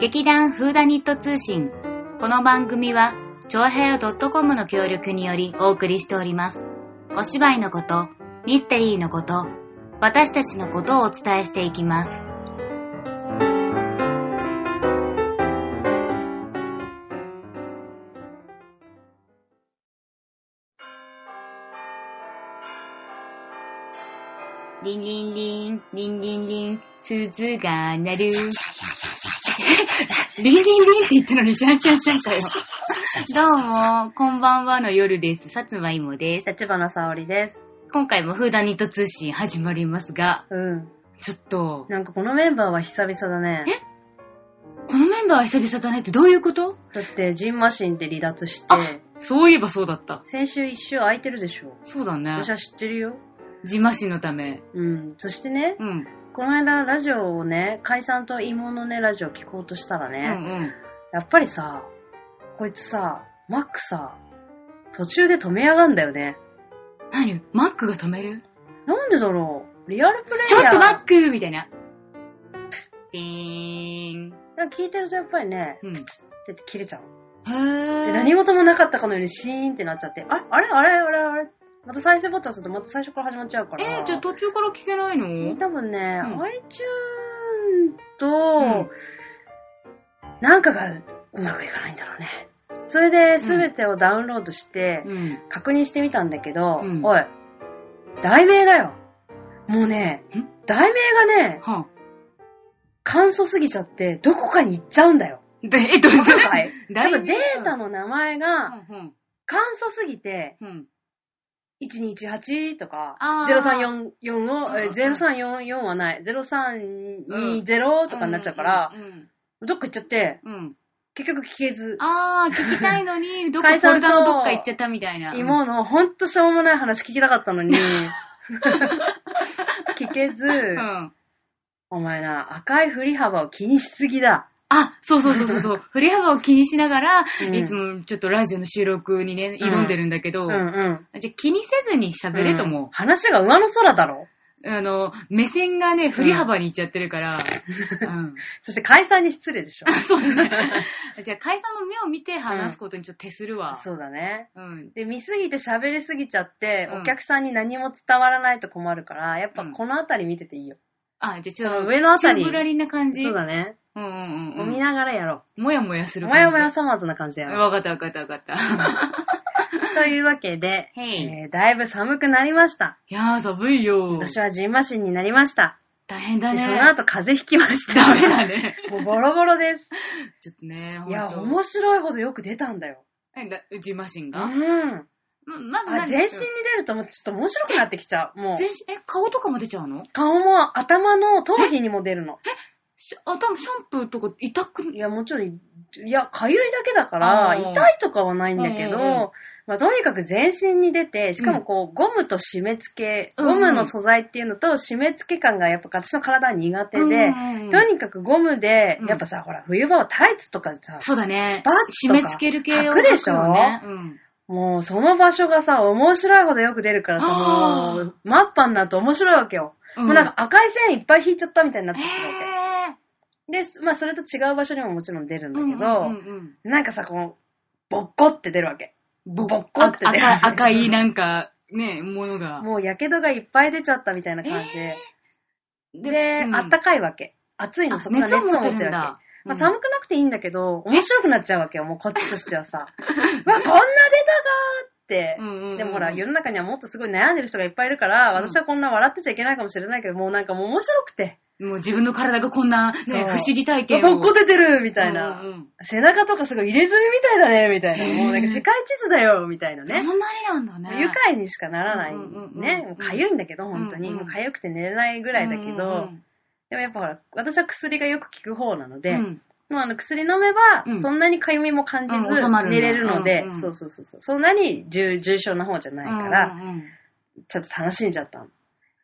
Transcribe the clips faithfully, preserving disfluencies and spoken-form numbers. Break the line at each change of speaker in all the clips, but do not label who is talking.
劇団フーダニット通信。この番組はチョアヘア .com の協力によりお送りしております。お芝居のこと、ミステリーのこと、私たちのことをお伝えしていきます。リンリンリン、リンリンリン、鈴が鳴る。リンリンリンって言ったのにシャンシャンシャンかよ。どうも、こんばんはの夜です。さつまいもです。
立花沙織です。
今回もフーダニット通信始まりますが、
うん。
ちょっと。
なんかこのメンバーは久々だね。
えこのメンバーは久々だねってどういうこと？
だってジンマシンって離脱して。
あ、そういえばそうだった。
先週一週空いてるでしょ。
そうだね。
私は知ってるよ。
ジンマシンのため。
うん。そしてね、
うん。
この間ラジオをね、解散と芋のね、ラジオ聞こうとしたらね、
うんうん、
やっぱりさ、こいつさ、マックさ、途中で止めやがんだよね。
何？マックが止める？
なんでだろう？リアルプレイヤー。
ちょっとマックみたいな。チーン。
聞いてるとやっぱりね、
うん、
プツって切れちゃう。
へー。
で何事もなかったかのようにシーンってなっちゃって、あ、あれあれあれあれまた再生ボタンするとまた最初から始まっちゃうから。
えー、じゃあ途中から聞けないの？
多分ね、
うん、
iTunes と、うん、なんかがうまくいかないんだろうね。それで全てをダウンロードして確認してみたんだけど、うん、おい、題名だよ。もうね、題名がね、はあ、簡素すぎちゃってどこかに行っちゃうんだよ。
で、えっと、
だからデータの名前が簡素すぎて、うん、いちにいちはちとか、ゼロさんよんよんを、え、ゼロさんよんよんはない、ゼロさんにゼロとかになっちゃうから、うんうんうん、どっか行っちゃって、うん、結局聞けず。
あー、聞きたいのに、どっかフォルダのどっか行っちゃったみたいな。
芋のほんとしょうもない話聞きたかったのに、聞けず、うん、お前な、赤い振り幅を気にしすぎだ。
あ、そうそうそうそうそう。振り幅を気にしながら、うん、いつもちょっとラジオの収録にね、挑んでるんだけど、うんうんうん、じゃ気にせずに喋れとも、うん。
話が上の空だろ。
あの、目線がね、振り幅にいっちゃってるから、
うんうん、そして解散に失礼でしょ。
そうだね。じゃあ解散の目を見て話すことにちょっと徹するわ。
うん、そうだね。うん、で、見すぎて喋りすぎちゃって、うん、お客さんに何も伝わらないと困るから、やっぱこのあたり見てていいよ。
うん、あ、じゃあちょっと
上のあたり。
チューブラリンな感じ。
そうだね。うんうんうん。見ながらやろ
う。もやもやする
感じ。もやもやさまずな感じでやろう。
わかったわかったわかった。
というわけで、えー、だいぶ寒くなりました。
いやー寒いよ。
私はジンマシンになりました。
大変だね。
でその後風邪ひきました。
ダメだね。
もうボロボロです。
ちょっとね、
いや、面白いほどよく出たんだよ。
え、だジンマシンが？
うん。まず何？あ、全身に出るともうちょっと面白くなってきちゃう。もう。
全身、え、顔とかも出ちゃうの？
顔も頭の頭皮にも出るの。
えあ、多分シャンプーとか痛く
いや、もちろん、いや、かゆいだけだから、痛いとかはないんだけど、うんうん、まあ、とにかく全身に出て、しかもこう、ゴムと締め付け、うん、ゴムの素材っていうのと締め付け感がやっぱ私の体は苦手で、うんうんうん、とにかくゴムで、やっぱさ、うん、ほら、冬場はタイツとかさ、
そうだね、
スパッ
締め付ける系を
履くでしょ、ね、うん、もうその場所がさ、面白いほどよく出るからさ、もう、マッパになると面白いわけよ。うん、もうなんか赤い線いっぱい引いちゃったみたいになってくるわけ。で、まあ、それと違う場所にももちろん出るんだけど、うんうんうんうん、なんかさ、この、ボッコって出るわけ。
ボッコって出るわけ。赤いなんか、ね、ものが。
もう、やけどがいっぱい出ちゃったみたいな感じで。えー、で、でうん、あったかいわけ。暑いの、そこが熱を持ってるわけ。まあ、寒くなくていいんだけど、面白くなっちゃうわけよ、もうこっちとしてはさ。わ、こんな出たかーって。うんうんうん、でもほら、世の中にはもっとすごい悩んでる人がいっぱいいるから、私はこんな笑ってちゃいけないかもしれないけど、もうなんかもう面白くて。
もう自分の体がこんな、ね、不思議体験を。
ボッコ出てるみたいな、うんうん。背中とかすごい入れ墨みたいだねみたいな。もうなんか世界地図だよみたいなね。
そんなになんだね。
愉快にしかならない。うんうんうん、ね。もう痒いんだけど、本当に。うんうん、もう痒くて寝れないぐらいだけど、うんうん、でもやっぱほら、私は薬がよく効く方なので、うん、もうあの薬飲めば、そんなに痒みも感じず、寝れるので、うんうん、そうそうそうそう。そんなに 重, 重症な方じゃないから、うんうんうん、ちょっと楽しんじゃったの。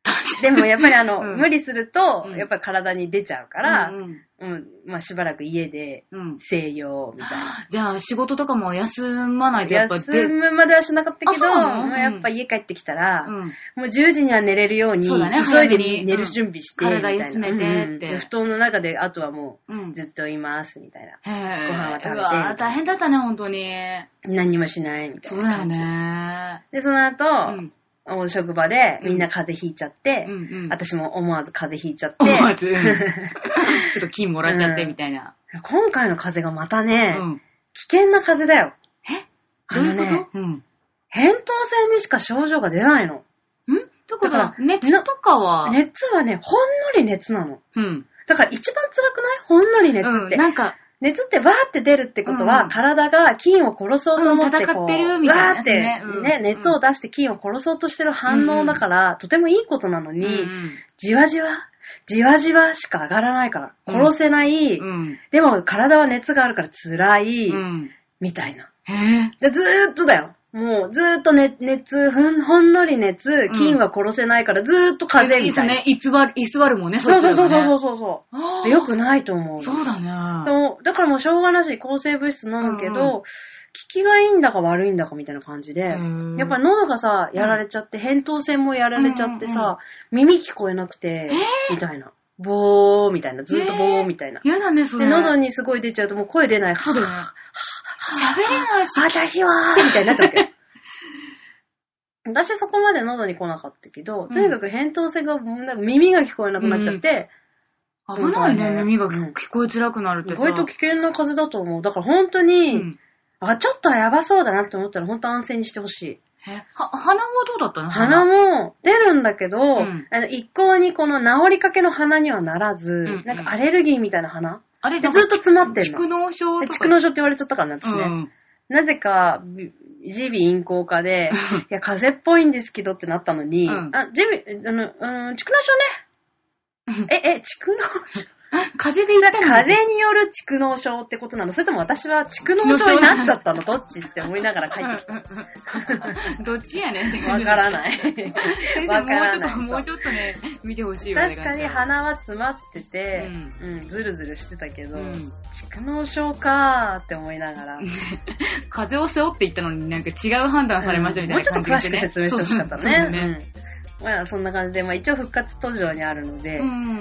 でもやっぱりあの、
うん、
無理すると、
うん、
やっぱり体に出ちゃうから、
うんうん
うん、まあしばらく家で、静養みたいな、
うん。じゃあ仕事とかも休まないとやっぱ
休むまではしなかったけど、ま
あ
あ、やっぱ家帰ってきたら、
うん、
もうじゅうじには寝れるように、
そうだね、
急いで寝る準備して、
体休めてって、
うん、布団の中であとはもうずっといますみたいな。
へ
ご飯は食べて。う
わ大変だったね、本当に。
何にもしないみたいな。
そうだよね。
で、その後、うん職場でみんな風邪ひいちゃって、
うんうん、
私も思わず風邪ひいちゃって、
思わず、うん、ちょっと菌もらっちゃってみたいな。
うん、今回の風邪がまたね、うん、危険な風邪だよ。
えどういうこと、ねうん、
扁桃腺にしか症状が出ないの。ん
だから熱とかは
熱はね、ほんのり熱なの。
うん、
だから一番辛くないほんのり熱って。
うん、なんか
熱ってわーって出るってことは、うん、体が菌を殺そうと思ってこう、
うん、戦ってるみたいな、
ね、わーってね、うん、熱を出して菌を殺そうとしてる反応だから、うん、とてもいいことなのに、うん、じわじわ、じわじわしか上がらないから、殺せない、うん、でも体は熱があるから辛い、うん、みたいな。
へ
でずーっとだよ。もうずーっと、ね、熱ほん、ほんのり熱、菌は殺せないからずーっと風邪みたいな。
ね、居座る、居座るもんね、
そうそうそうそうそうそう。でよくないと思う。
そうだね。
だからもうしょうがなし抗生物質飲むけど、うんうん、効きがいいんだか悪いんだかみたいな感じで、やっぱり喉がさ、やられちゃって、扁桃腺もやられちゃってさ、うんうんうん、耳聞こえなくて、みたいな。ボーみたいな、ずっとボーみたいな。
嫌だね、それ。
で、喉にすごい出ちゃうともう声出ない。
そうだよね。喋れないし。
私はーみたいになっちゃうわけ。私そこまで喉に来なかったけど、とにかく扁桃腺が耳が聞こえなくなっちゃって、
うん、危ないね、耳が聞こえづらくなるってさ。
意外と危険な風邪だと思う。だから本当に、うん、あ、ちょっとやばそうだなって思ったら本当安静にしてほしい。
え、は、鼻はどうだったの？
鼻も出るんだけど、うん、あの一向にこの治りかけの鼻にはならず、うんうん、なんかアレルギーみたいな鼻
あれ
ずっと詰まってんの。
蓄膿症とか。
蓄膿症って言われちゃったからね、私ね。うん、なぜか、耳鼻咽喉科で、いや、風邪っぽいんですけどってなったのに、うん、あ、耳鼻、あの、うん、蓄膿症ね。え、え、蓄膿症
風邪で言ったの？
風邪による蓄膿症ってことなの？それとも私は蓄膿症になっちゃったの？どっちって思いながら帰ってき
た。どっちやねんって
わからない。
わからない。もうちょっとね、見てほしいわね。
確かに鼻は詰まってて、うん、うん、ずるずるしてたけど、うん、蓄膿症かーって思いながら。
風邪を背負っていったのになんか違う判断されましたみたいな感じで、ね、
もうちょっと詳しく説明してほしかったね。まあそんな感じで、まあ一応復活途上にあるので、うん、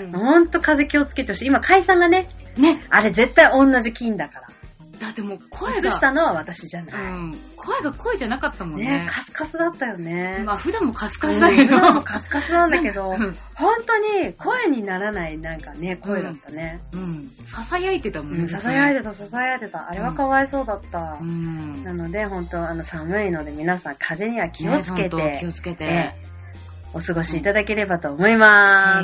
ほんと風邪気をつけてほしい。今解散がね、ね、あれ絶対同じ菌だから。
だってもう声が。
移したのは私じゃない。
うん。声が声じゃなかったもんね。
ね、カスカスだったよね。
まあ普段もカスカスだけど。うん、
普段もカスカスなんだけど、本当に声にならないなんかね、声だったね。
うん。うん、囁いてたもんね。
うん、囁いてた、囁いてた。あれはかわいそうだった。うん。なので本当あの寒いので皆さん風邪には気をつけて。
ね、気をつけて。えー
お過ごしいただければと思います。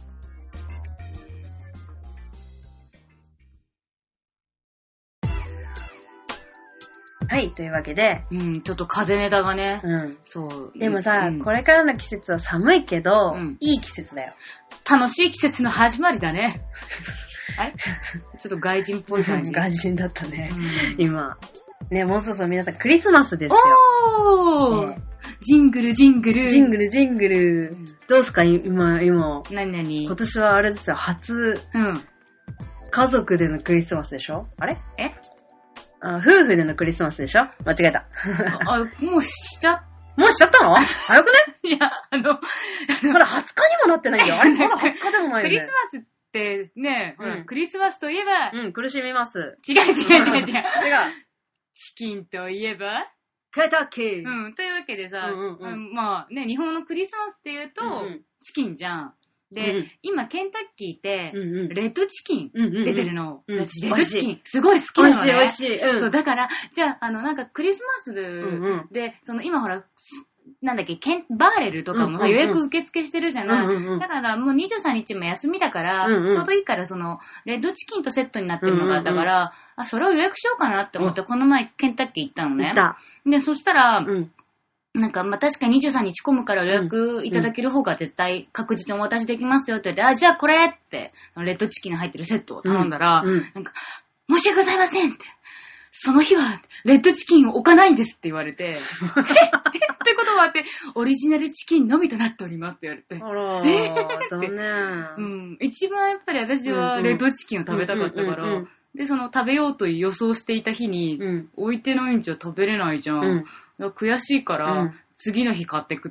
はい、というわけで。
うん、ちょっと風ネタがね。
うん。そう。でもさ、うん、これからの季節は寒いけど、うん、いい季節だよ。
楽しい季節の始まりだね。あれちょっと外人っぽい感じ。
外人だったね、うん、今。ね、もうそろそろ皆さんクリスマスですよ。
おー、ね、ジングルジングル。
ジングルジングル。うん、どうすか今、今。
何何
今年はあれですよ、初。うん。家族でのクリスマスでしょ？あれ？
え？
あ、夫婦でのクリスマスでしょ？間違えた。
あ、もうしちゃ、
もうしちゃったの？早くね？
いや、あの、
まだはつかにもなってないんだよ。あれまだはつかでもないよね。
クリスマスってね、うん、クリスマスといえば、
うん、苦しみます。
違う違う違う違う。違う。チキンといえば
ケンタッキー。
うん、というわけでさ、うんうんうん、まあね、日本のクリスマスって言うと、うんうん、チキンじゃん。で、うん、今、ケンタッキーって、うんうん、レッドチキン出てるの。うんうんうん、私、レッドチキン、すごい好きなのね。
美味しい、美味しい。うん、
そう、だから、じゃあ、あの、なんか、クリスマスで、うんうん、その、今ほら、なんだっけ、ケン、バーレルとかもさ、うんうんうん、予約受付してるじゃない、うんうんうん、だからもうにじゅうさんにちも休みだから、うんうん、ちょうどいいからその、レッドチキンとセットになってるのがあったから、うんうんうん、あ、それを予約しようかなって思って、うん、この前ケンタッキー行ったのね。で、そしたら、うんなんか、まあ、確かにじゅうさんにち混むから予約いただける方が絶対確実にお渡しできますよって言って、うん、あ、じゃあこれって、レッドチキンの入ってるセットを頼んだら、うんうん、なんか、申し訳ございませんって。 その日はレッドチキンを置かないんですって言われて、えってことはって、オリジナルチキンのみとなっておりますって言われて。
あらー、えー、残念。
うん。一番やっぱり私はレッドチキンを食べたかったから、で、その食べようと予想していた日に、うん、置いてないんじゃ食べれないじゃん。うん、だから悔しいから、うん、次の日買って食った。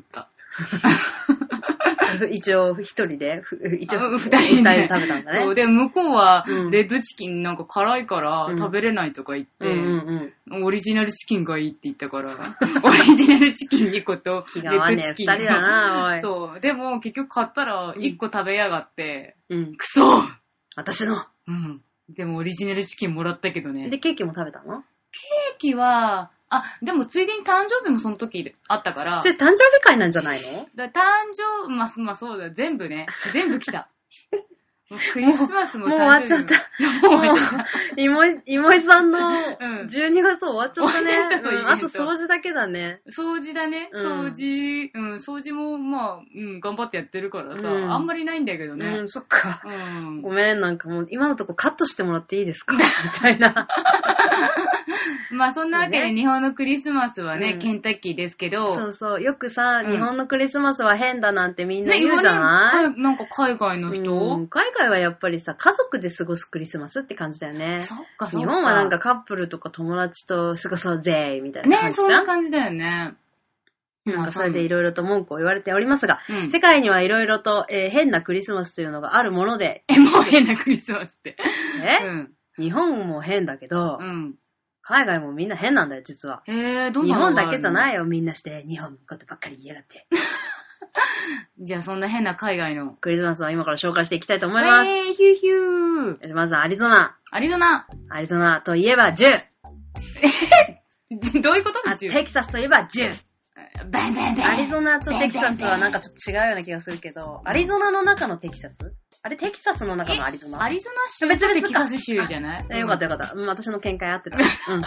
一応一人で一応
二人で
食べたんだね。
そうで向こうはレッドチキンなんか辛いから食べれないとか言って、うんうんうん、オリジナルチキンがいいって言ったからオリジナルチキンにことレッドチキン。気が合わねえ二人だなおい。そうでも結局買ったら一個食べやがって、うん、クソ。
私の。
うん。でもオリジナルチキンもらったけどね。
でケーキも食べたの？
ケーキは。あ、でもついでに誕生日もその時あったから。
それ誕生日会なんじゃないの？
だ誕生、まあ、まあそうだ、全部ね。全部来た。クリスマスも
もう終わっちゃった。もう終わっちゃった。いもい、いもいさんのじゅうにがつ終わっちゃったね。終わっちゃったと、うん、あと掃除だけだね。
掃除だね。掃除、うん、うん、掃除もまあ、うん、頑張ってやってるからさ、うん、あんまりないんだけどね。
うん、そっか。うん、ごめん、なんかもう今のとこカットしてもらっていいですかみたいな。
まあそんなわけで日本のクリスマスはね、うん、ケンタッキーですけど。
そうそう。よくさ、うん、日本のクリスマスは変だなんてみんな言うじゃない、
ね、なんか海外の人、
うん、海外はやっぱりさ、家族で過ごすクリスマスって感じだよね。
そっかそっか。
日本はなんかカップルとか友達と過ごそうぜみたいな感じじゃん。
ね、そんな感じだよね。
なんかそれでいろいろと文句を言われておりますが、うん、世界にはいろいろと、えー、変なクリスマスというのがあるもので。
え、もう変なクリスマスって。
え、うん、日本も変だけど、うん、海外もみんな変なんだよ、実は。
へー、どんなのがあるの？
日本だけじゃないよ、みんなして日本のことばっかり言いやがって。
じゃあそんな変な海外の
クリスマスを今から紹介していきたいと思います。
えー、ヒューヒュー。
まずはアリゾナ。
アリゾナ。
アリゾナといえばじゅう。
えどういうこと？
テキサスといえばじゅう。
バンバンバン。
アリゾナとテキサスはなんかちょっと違うような気がするけど、アリゾナの中のテキサス？あれテキサスの中のアリゾナ？
アリゾナ州とテキサス州じゃない？
よかったよかった。うん、私の見解合ってた。うん。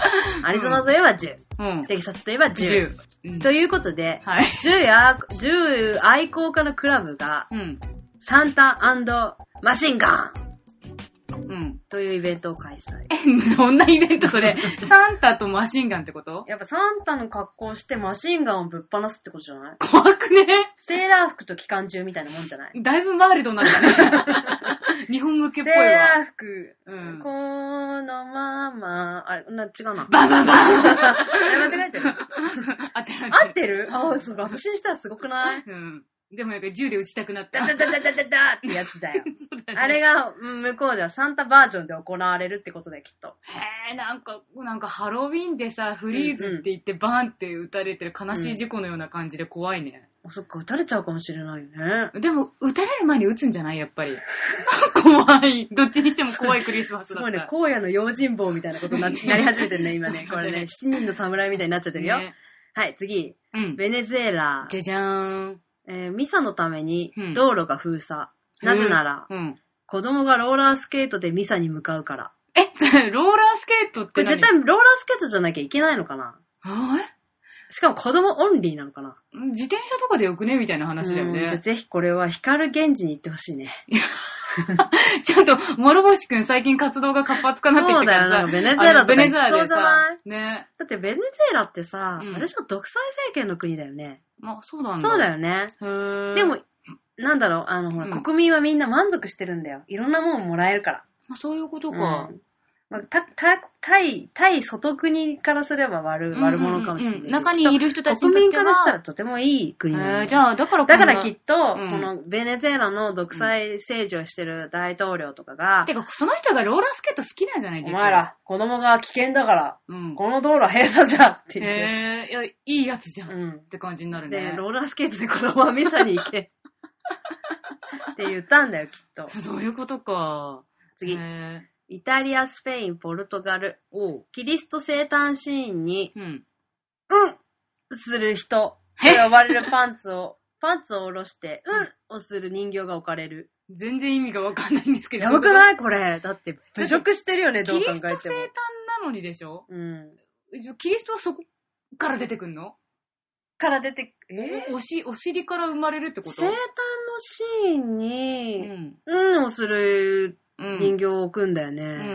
アリゾナといえばじゅう。うん。テキサスといえばじゅう。じゅう。うん、ということで、はい、じゅうや、じゅう愛好家のクラブが、うん、サンタ&マシンガン。うん。というイベントを開催。
え、どんなイベントそれ？サンタとマシンガンってこと？
やっぱサンタの格好をしてマシンガンをぶっ放すってことじゃない？
怖くね？
セーラー服と機関銃みたいなもんじゃない？
だいぶワールドなんだね。日本向けっぽいわ。
セーラー服。うん。このまま、あれ、な、違うな。
バンバンバン
間違えてる。
合ってる
合ってる？ああ、そう、私にしたらすごくない？
うん。でもなんか銃で撃ちたくなった。
ダダダダダダダってやつだよ。だね、あれが向こうではサンタバージョンで行われるってことだよ、きっと。
へぇー、なんか、なんかハロウィンでさ、フリーズって言ってバーンって撃たれてる悲しい事故のような感じで怖いね。
うん、あ、そっか、撃たれちゃうかもしれないよね。
でも、撃たれる前に撃つんじゃないやっぱり。怖い。どっちにしても怖いクリスマスだった。
すごいね、荒野の用心棒みたいなことになり始めてるね、今ね。これね、七人の侍みたいになっちゃってるよ。ね、はい、次。うん、ベネズエラ。
じゃじゃーん。
えー、ミサのために道路が封鎖。うん、なぜなら、うん、子供がローラースケートでミサに向かうから。
え、ローラースケートって何？
これ絶対ローラースケートじゃなきゃいけないのかな？
え？
しかも子供オンリーなのかな？
自転車とかでよくねみたいな話だよね。
じゃぜひこれは光源氏に言ってほしいね。
ちゃんと、諸星くん最近活動が活発化なってきてからさ。
そうだよ、なんかベネズエラとか
ベネズエラでさ。
ね。だってベネズエラってさ、うん、あれじゃ独裁政権の国だよね。
あ、そうなんだ。
そうだよね。へー。でも、なんだろう、あの、ほら、うん、国民はみんな満足してるんだよ。いろんなもんもらえるから。
あ、そういうことか。うん
まあ、た、た、対、対外国からすれば悪、悪者かもしれない、うんうんうん。
中にいる人たち
にとっては国民からしたらとてもいい国なの。
えー、じゃあ、だから
だからきっと、うん、このベネズエラの独裁政治をしてる大統領とかが、うん、
てか、その人がローラースケート好きなんじゃない
実は。お前ら、子供が危険だから、うん、この道路は閉鎖じゃって言って。
へえー、いや、いいやつじゃん、うん、って感じになるね。
で、ローラースケートで子供はミサに行け。って言ったんだよ、きっと。
そういうことか。
次。へーイタリア、スペイン、ポルトガル、キリスト生誕シーンに、うん、うんする人と呼ばれるパンツを、パンツを下ろして、うんをする人形が置かれる。
全然意味がわかんないんですけど。
やばくないこれ。だって、侮辱してるよね、どう考えても。
キリスト生誕なのにでしょうん。キリストはそこから出てくんの
から出て、
えー、おし、お尻から生まれるってこと
生誕のシーンに、うん、うんをする、人形を置くんだよね。うん。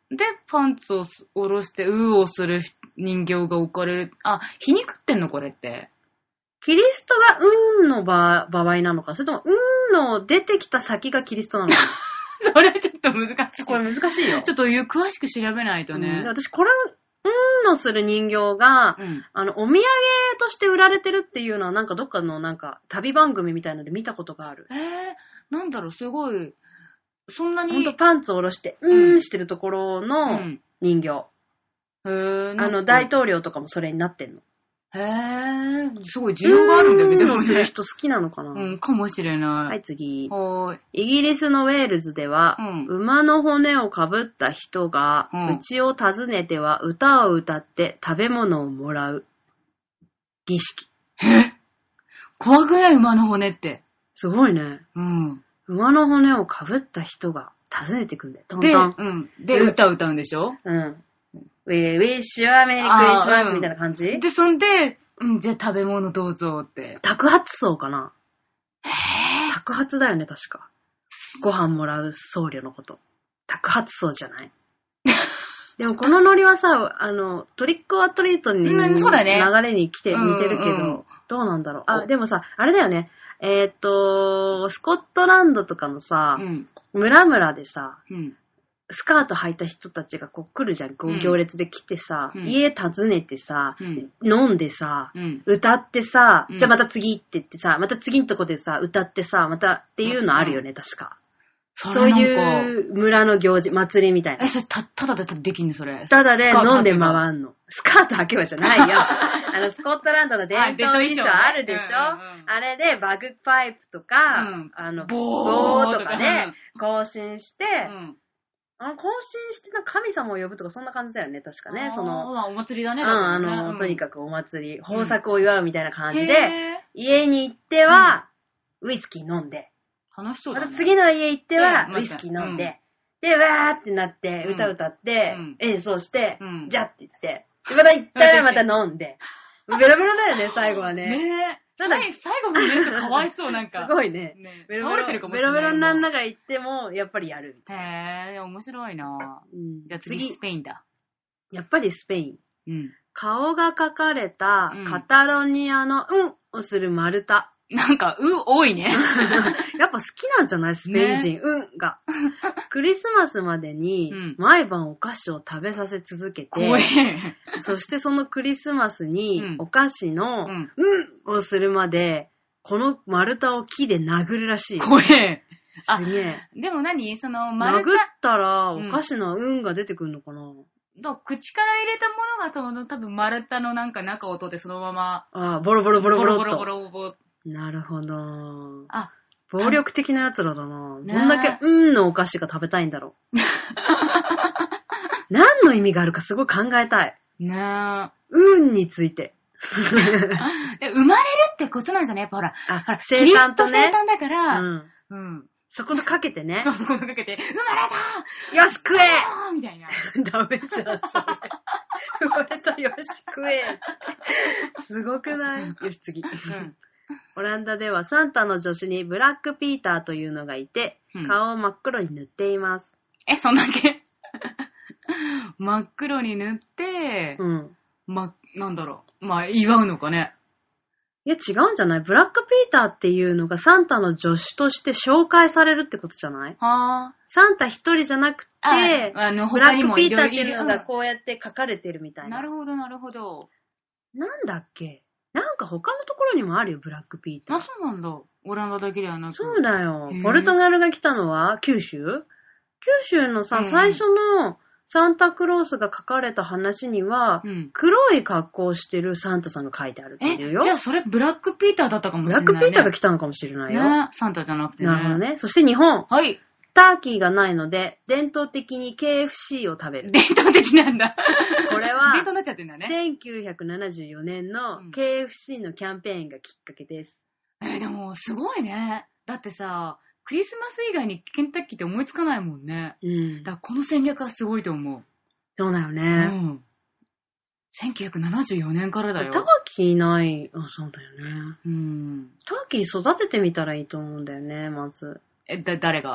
で、パンツを下ろして、うーをする人形が置かれる。あ、皮肉ってんのこれって。
キリストがうんの場合なのか、それともうんの出てきた先がキリストなのか。
それはちょっと難しい。
これ難しいよ。
ちょっと詳しく調べないとね。
うん、私これ、うんのする人形が、うん、あの、お土産として売られてるっていうのは、なんかどっかのなんか旅番組みたいので見たことがある。
えー、なんだろう、すごい、そんなに。
ほんとパンツを下ろして、うん、してるところの人形。
うん、へ
ーあの、大統領とかもそれになってんの。
へー、すごい需要があるんだよね、でもね。
する人好きなのかな。
うん、かもしれない。
はい、次。
はーい。
イギリスのウェールズでは、うん、馬の骨をかぶった人が、うち、を訪ねては歌を歌って食べ物をもらう儀式。
え？怖くない馬の骨って。
すごいね。
うん。
馬の骨をかぶった人が訪ねてくんだよ。トン
ト
ン。
で、うん。で、歌を歌うんでしょ？
うん。We wish you a Merry Christmas、うん、みたいな感じ
で、そんで、うん、じゃあ食べ物どうぞって。
托発層かな？
へぇー。
托発だよね、確か。ご飯もらう僧侶のこと。托発層じゃない？でもこのノリはさ、あの、トリックオアトリートに、うん、そうだね、流れに来て似てるけど、うんうん、どうなんだろう。あ、でもさ、あれだよね。えーっと、スコットランドとかのさ、うん、村々でさ、うん、スカート履いた人たちがこう来るじゃん。こう行列で来てさ、うん、家訪ねてさ、うん、飲んでさ、うん、歌ってさ、うん、じゃあまた次って言ってさ、また次のとこでさ、歌ってさ、またっていうのあるよね、確か。そういう村の行事、祭りみたいな。
え、それた、ただでできんのそれ。
ただで飲んで回んの。スカート履けばじゃないよ。あの、スコットランドの伝統衣装あるでしょ、うんうんうん、あれでバグパイプとか、うん、あの、ボーとかで行進して、うんあの、行進して神様を呼ぶとかそんな感じだよね、確かね。その、
まあ、お祭りだね。
うん、あの、うん、とにかくお祭り、豊作を祝うみたいな感じで、うん、家に行っては、うん、ウイスキー飲んで、
楽しそうだね。
また次の家行っては、ウイスキー飲んで、うん、で、わーってなって、歌歌って、うん、演奏して、うん、じゃって言って、また行ったらまた飲んで、ベロベロだよね、最後はね。
ねえ。最後のね、かわいそう、なんか。
すごいね。
ねベロベロ倒れてるかもしれない。
ベロベロなんなが行っても、やっぱりやるみたい
な。へぇー、面白いな、うん、じゃあ次、スペインだ。
やっぱりスペイン。うん、顔が描かれた、カタロニアの、うんをする丸太。
なんか、う、多いね。
やっぱ好きなんじゃないスペイン人、ね、うんが。クリスマスまでに、毎晩お菓子を食べさせ続けて、
怖え。
そしてそのクリスマスに、お菓子の、うん、うんをするまで、この丸太を木で殴るらしい。
怖え。
あ、ね、
でも何その丸
太。殴ったら、お菓子のうんが出てくるのかな、うん
だ口から入れたものがその多分丸太のなんか中を取ってそのまま。
ああ、ボロボロボロボロっと。
ボロボロボロボロ。
なるほど。
あ、
暴力的なやつらだな。どんだけ、うんのお菓子が食べたいんだろう。何の意味があるかすごい考えたい。
ね
え。うんについて。
生まれるってことなんじゃねやっぱほら。
あ、ほら、
キリスト生誕だから。
うん。うん。そこでかけてね。
そう、そこでかけて、生まれた
よし食え
みたいな。
ダメじゃん、それ。生まれたよし食えすごくない？よし、次。うんオランダではサンタの助手にブラックピーターというのがいて、うん、顔を真っ黒に塗っています。
え、そんだけ真っ黒に塗って、うん。ま、なんだろう。まあ、祝うのかね。
いや、違うんじゃないブラックピーターっていうのがサンタの助手として紹介されるってことじゃない
はぁ。
サンタ一人じゃなくて、あ
あの
ブラックピーターっていうのがこうやって書かれてるみたいな。
なるほど、なるほど。
なんだっけなんか他のところにもあるよ、ブラックピーター。
あ、そうなんだ。オランダだけではなく。
そうだよ。ポルトガルが来たのは九州九州のさ、うん、最初のサンタクロースが書かれた話には、うん、黒い格好をしてるサンタさんが書いてあるっていうよ。
え、じゃあそれブラックピーターだったかもしれない、ね。
ブラックピーターが来たのかもしれないよ。
ね、サンタじゃなくてね。
なるほどね。そして日本。
はい。
ターキーがないので、伝統的に ケーエフシー を食べる。
伝統的なんだ。
これは、
伝統になっちゃってんだね。
せんきゅうひゃくななじゅうよねんの ケーエフシー のキャンペーンがきっかけです。
うん、えー、でも、すごいね。だってさ、クリスマス以外にケンタッキーって思いつかないもんね。うん。だからこの戦略はすごいと思う。
そうだよね。うん。
せんきゅうひゃくななじゅうよねんからだよ。
ターキーない、あ、そうだよね。うん。ターキー育ててみたらいいと思うんだよね、まず。
え、だ、誰が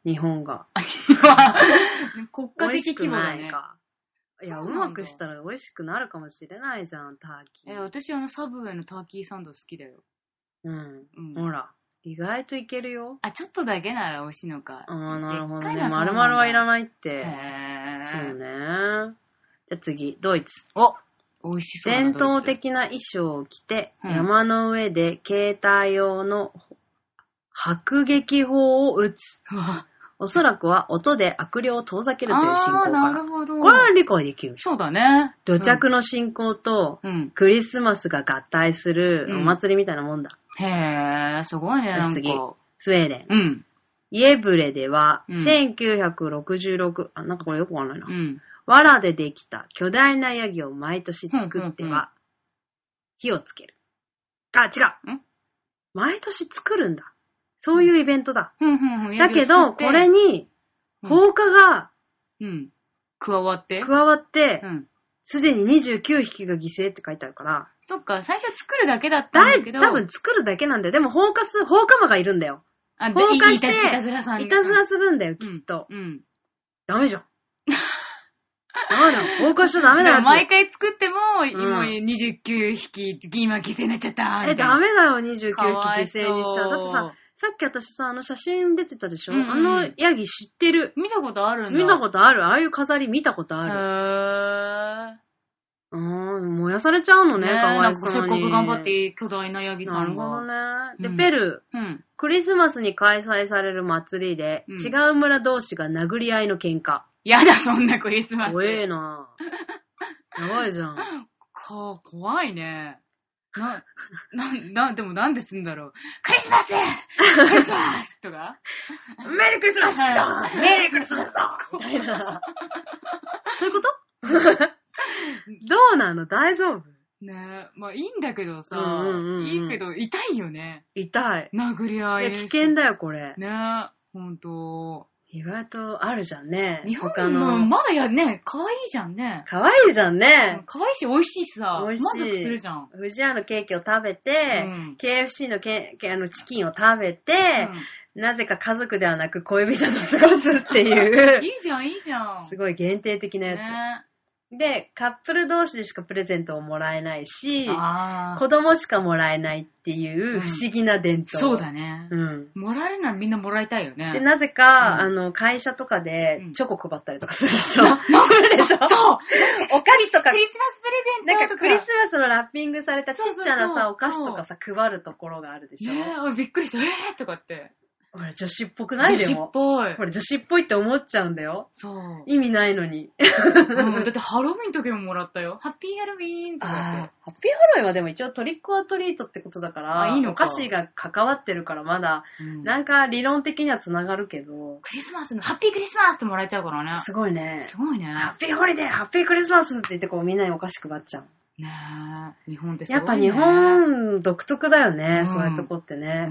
日本が。
国家的規模だね。
いや、うまくしたら美味しくなるかもしれないじゃん、ターキー。
え、私あのサブウェイのターキーサンド好きだよ。
うん。うん、ほら、意外といけるよ。
あ、ちょっとだけなら美味しいのか。
ああ、なるほどね。丸々はいらないって。へ
ー。
そうね。じゃあ次、ドイツ。
お、美味しそうな
伝統的な衣装を着て、うん、山の上で携帯用の迫撃砲を撃つ。おそらくは音で悪霊を遠ざけるという信仰から。
あー、なるほど。
これは理解できる。
そうだね。
土着の信仰とクリスマスが合体するお祭りみたいなもんだ。
うん、へー、すごいね。なんか
次、スウェーデン。
うん。
イエブレでは、うん、せんきゅうひゃくろくじゅうろく、あ、なんかこれよくわかんないな。うん、藁でできた巨大なヤギを毎年作っては、火をつける。あ、違う。ん毎年作るんだ。そういうイベントだ。うんうんうん、だけど、これに、放火が、
うん、加わって
加わって、すで、うん、ににじゅうきゅうひきが犠牲って書いてあるから。
そっか、最初作るだけだったんだけど。
多分作るだけなんだよ。でも放火す、放火魔がいるんだよ。
あ、
放火して、
いたずらさん
いたずらするんだよ、きっと。うん。うん、ダメじゃん。ダメだ。放火しちゃダメだよ。
毎回作っても、うん、今にじゅうきゅうひき、今犠牲になっちゃった。
え、ダメだよ、にじゅうきゅうひき犠牲にしちゃう。だってさ、さっき私さ、あの写真出てたでしょ、うんうん、あのヤギ知ってる。
見たことあるんだ。
見たことある。ああいう飾り見たことある。
へ
ー。うん、燃やされちゃうのね、ねかわいそうに。
せっかく頑張って巨大なヤギさんが。
なるほどね。で、うん、ペルー、うん。クリスマスに開催される祭りで、うん、違う村同士が殴り合いの喧嘩。
やだ、そんなクリスマス。
怖えなぁ。やばいじゃん。
か、怖いね。な、な、な、でもなんですんだろう。クリスマスクリスマスとか
メリークリスマスだメリークリスマスだみたいな。そういうことどうなの大丈夫
ねえ。まあいいんだけどさ、うんうんうん、いいけど痛いよね。
痛い。
殴り合い。
危険だよ、これ。
ねえ。ほんと。
意外とあるじゃんね。
日本のまだやね、可愛いじゃんね。
可愛いじゃんね。
可愛いし美味しいしさ。美味しい。満足するじゃん。
富士屋のケーキを食べて、うん、ケーエフシー のケあのチキンを食べて、うん、なぜか家族ではなく恋人と過ごすっていう。
いいじゃん、いいじゃん。
すごい限定的なやつ。ねで、カップル同士でしかプレゼントをもらえないし、子供しかもらえないっていう不思議な伝統。
うん、そうだね。うん。もらえるならみんなもらいたいよね。
で、なぜか、うん、あの、会社とかでチョコ配ったりとかするでしょ。うん、するでしょ。そう。お菓子とか。
クリスマスプレゼントとか。
なんかクリスマスのラッピングされたちっちゃなさ、お菓子とかさ、配るところがあるでしょ。
えー、びっくりした。えーとかって。
これ女子っぽくないでも。
女子っぽい。
これ女子っぽいって思っちゃうんだよ。そう。意味ないのに。
うん、だってハロウィンの時ももらったよ。ハッピーハロウィンとかって。
ハッピーハロウィンはでも一応トリックオアトリートってことだから、あいいのかお菓子が関わってるからまだ、うん、なんか理論的には繋がるけど。
クリスマスの、ハッピークリスマスってもらえちゃうからね。
すごいね。
すごいね。
ハッピーホリデー、ハッピークリスマスって言ってこうみんなにお菓子配っちゃう。
ねえ、日本ってすごいね。
やっぱ日本独特だよね、うん、そういうとこってね。うん、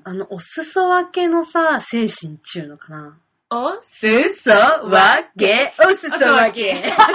あの、お裾分けのさ、精神っちゅうのかな。
お
裾分けお裾分けやばい。ま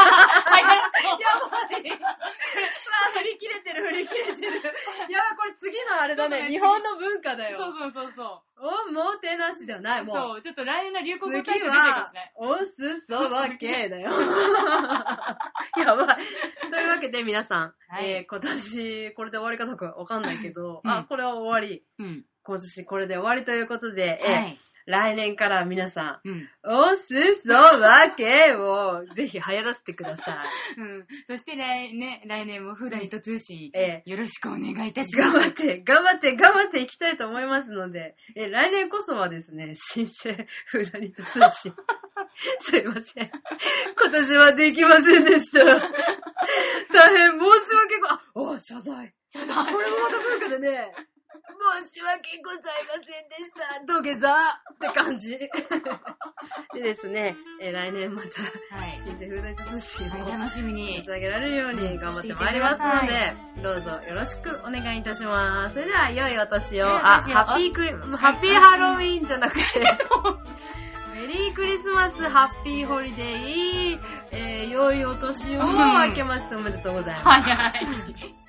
あ、振り切れてる、振り切れてる。やばい、これ次のあれだね、日本の文化だよ。
そうそうそうそう。
おもてなしではない、もう。
そう、ちょっと来年の流行語大賞出てるかもしれない。
お裾分けだよ。やばい。というわけで皆さん、はい、えー、今年、これで終わりかどうかわかんないけど、うん、あ、これは終わり。うん、今年これで終わりということで、えーはい来年から皆さん、うん、お裾分けをぜひ流行らせてくださ
い。うん。そして来年、来年もフーダニット通信、ええ、よろしくお願いいたします。
頑張って、頑張って、頑張っていきたいと思いますので、え来年こそはですね、新生フーダニット通信。すいません。今年はできませんでした。大変申し訳ご、あ、お謝罪。謝罪。これもまた文化でね、申し訳ございませんでした。土下座って感じ。でですね、えー、来年また、はい、新生フーダニット通信を、はい、
楽しみに
立ち上げられるように頑張ってまいりますので、どうぞよろしくお願いいたします。それでは、良いお年を。あ、ハッピークリ、ハッピーハロウィンじゃなくて、メリークリスマス、ハッピーホリデー、えー、良いお年を明けましておめでとうございます。
はいはい。